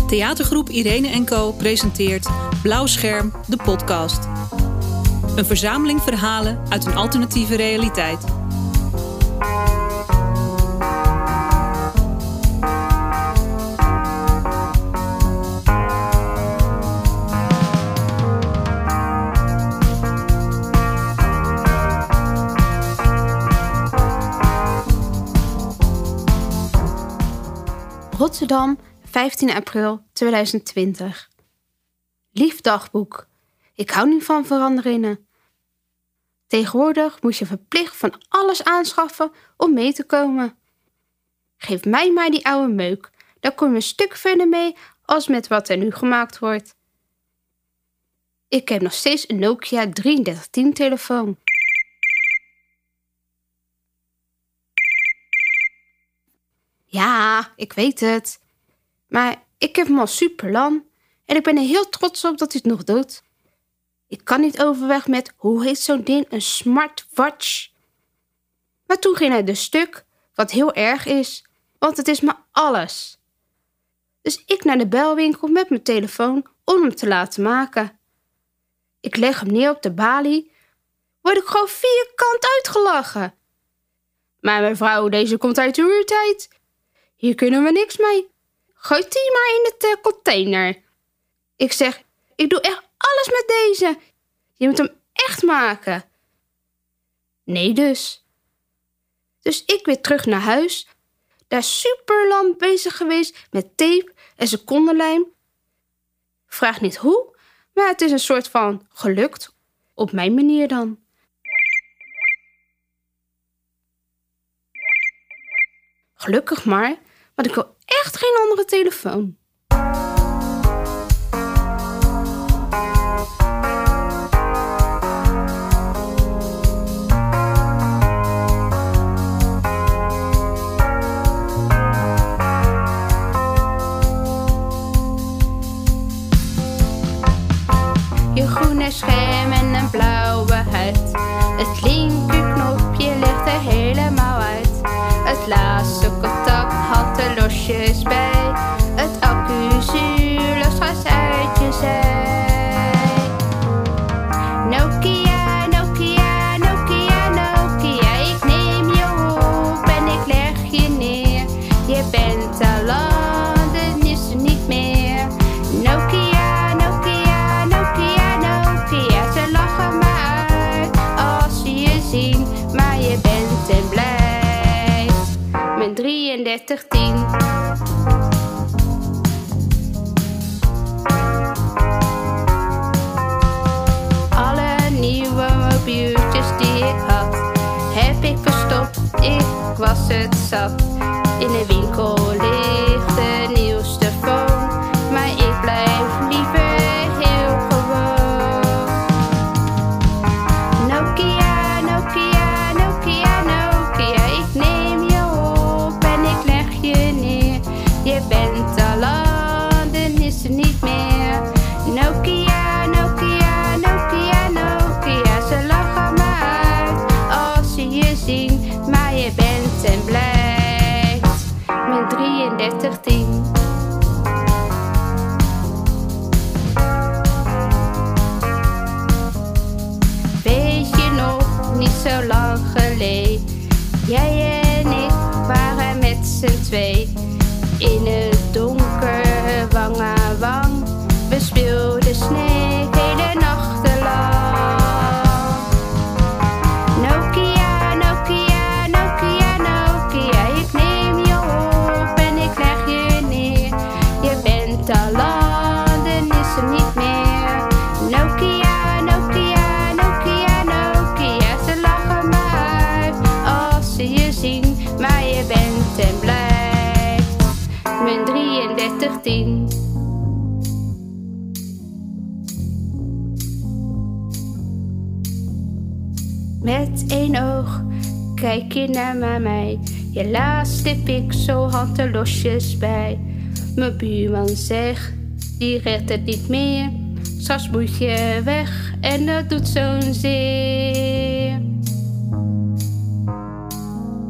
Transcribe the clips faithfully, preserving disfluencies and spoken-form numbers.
Theatergroep Irene en Co presenteert Blauw Scherm, de podcast. Een verzameling verhalen uit een alternatieve realiteit. Rotterdam, vijftien april tweeduizend twintig. Lief dagboek. Ik hou niet van veranderingen. Tegenwoordig moet je verplicht van alles aanschaffen om mee te komen. Geef mij maar die oude meuk. Daar kom je een stuk verder mee als met wat er nu gemaakt wordt. Ik heb nog steeds een Nokia drieëndertig tien telefoon. Ja, ik weet het. Maar ik heb hem al super lang en ik ben er heel trots op dat hij het nog doet. Ik kan niet overweg met, hoe heet zo'n ding, een smartwatch? Maar toen ging hij dus stuk, wat heel erg is, want het is maar alles. Dus ik naar de belwinkel met mijn telefoon om hem te laten maken. Ik leg hem neer op de balie, word ik gewoon vierkant uitgelachen. Maar mevrouw, deze komt uit de uurtijd. Hier kunnen we niks mee. Gooi die maar in de uh, container. Ik zeg, ik doe echt alles met deze. Je moet hem echt maken. Nee dus. Dus ik weer terug naar huis. Daar super lang bezig geweest met tape en secondenlijm. Vraag niet hoe, maar het is een soort van gelukt. Op mijn manier dan. Gelukkig maar, want ik wil echt geen andere telefoon. Je groene scherm en een blauwe huid. Het linkerknopje ligt er helemaal uit. Het laatste contact had er losjes bij. Het accuzuur los gas uit je zij. Nokia, Nokia, Nokia, Nokia. Ik neem je op en ik leg je neer. Je bent al lang, dan is er niet meer. Nokia, Nokia, Nokia, Nokia. Ze lachen me uit als ze je zien, maar je bent en blijft mijn drieëndertig tien. Alle nieuwe mobieltjes die ik had, heb ik verstopt, ik was het zat. In de winkel ligt de nieuwste phone, maar ik blijf liever heel gewoon. Nokia, Nokia, Nokia, Nokia. Ik neem je op en ik leg je neer. Je bent al lang, dan is er niet meer. Nokia, Nokia, Nokia, Nokia. Ze lachen me uit als ze je zien, maar je bent en blijft mijn drieëndertig tien. Weet je nog, niet zo lang geleden, jij en ik waren met z'n twee in het donker, wang aan wang. We speelden Snake hele nachten lang. Nokia, Nokia, Nokia, Nokia. Ik neem je op en ik leg je neer. Je bent al lang, dan is er niet meer. Nokia, Nokia, Nokia, Nokia. Ze lachen me uit als ze je zien, maar je bent en blijft mijn drieëndertig tien. Met één oog kijk je naar mij. Je laatste pixel had er losjes bij. Mijn buurman zegt, die redt het niet meer. Straks moet je weg en dat doet zo'n zeer.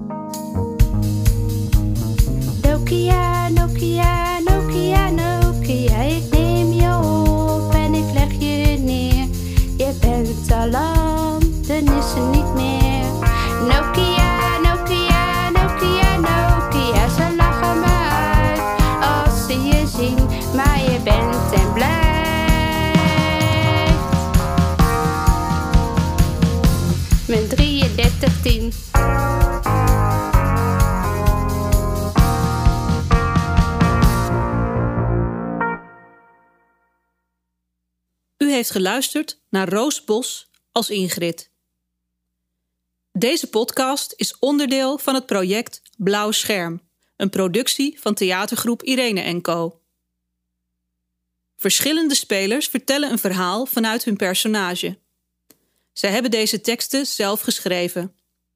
Nokia, Nokia, Nokia, Nokia. en blijft met drieëndertig tien. U heeft geluisterd naar Roos Bos als Ingrid. Deze podcast is onderdeel van het project Blauw Scherm, een productie van theatergroep Irene en Co. Verschillende spelers vertellen een verhaal vanuit hun personage. Zij hebben deze teksten zelf geschreven.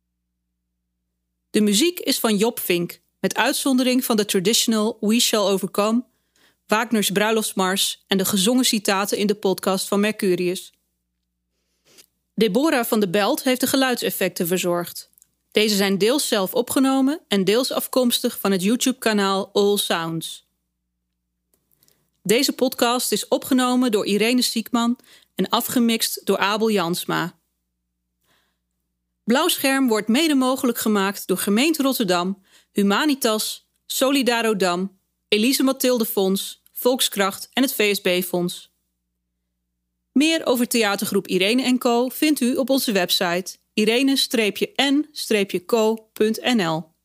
De muziek is van Job Vink, met uitzondering van de traditional We Shall Overcome, Wagners Bruiloftsmars en de gezongen citaten in de podcast van Mercurius. Deborah van de Belt heeft de geluidseffecten verzorgd. Deze zijn deels zelf opgenomen en deels afkomstig van het YouTube-kanaal All Sounds. Deze podcast is opgenomen door Irene Siekman en afgemixt door Abel Jansma. Blauw Scherm wordt mede mogelijk gemaakt door Gemeente Rotterdam, Humanitas, Solidarodam, Elise Mathilde Fonds, Volkskracht en het V S B-fonds. Meer over theatergroep Irene en Co vindt u op onze website irene-n-co punt n l.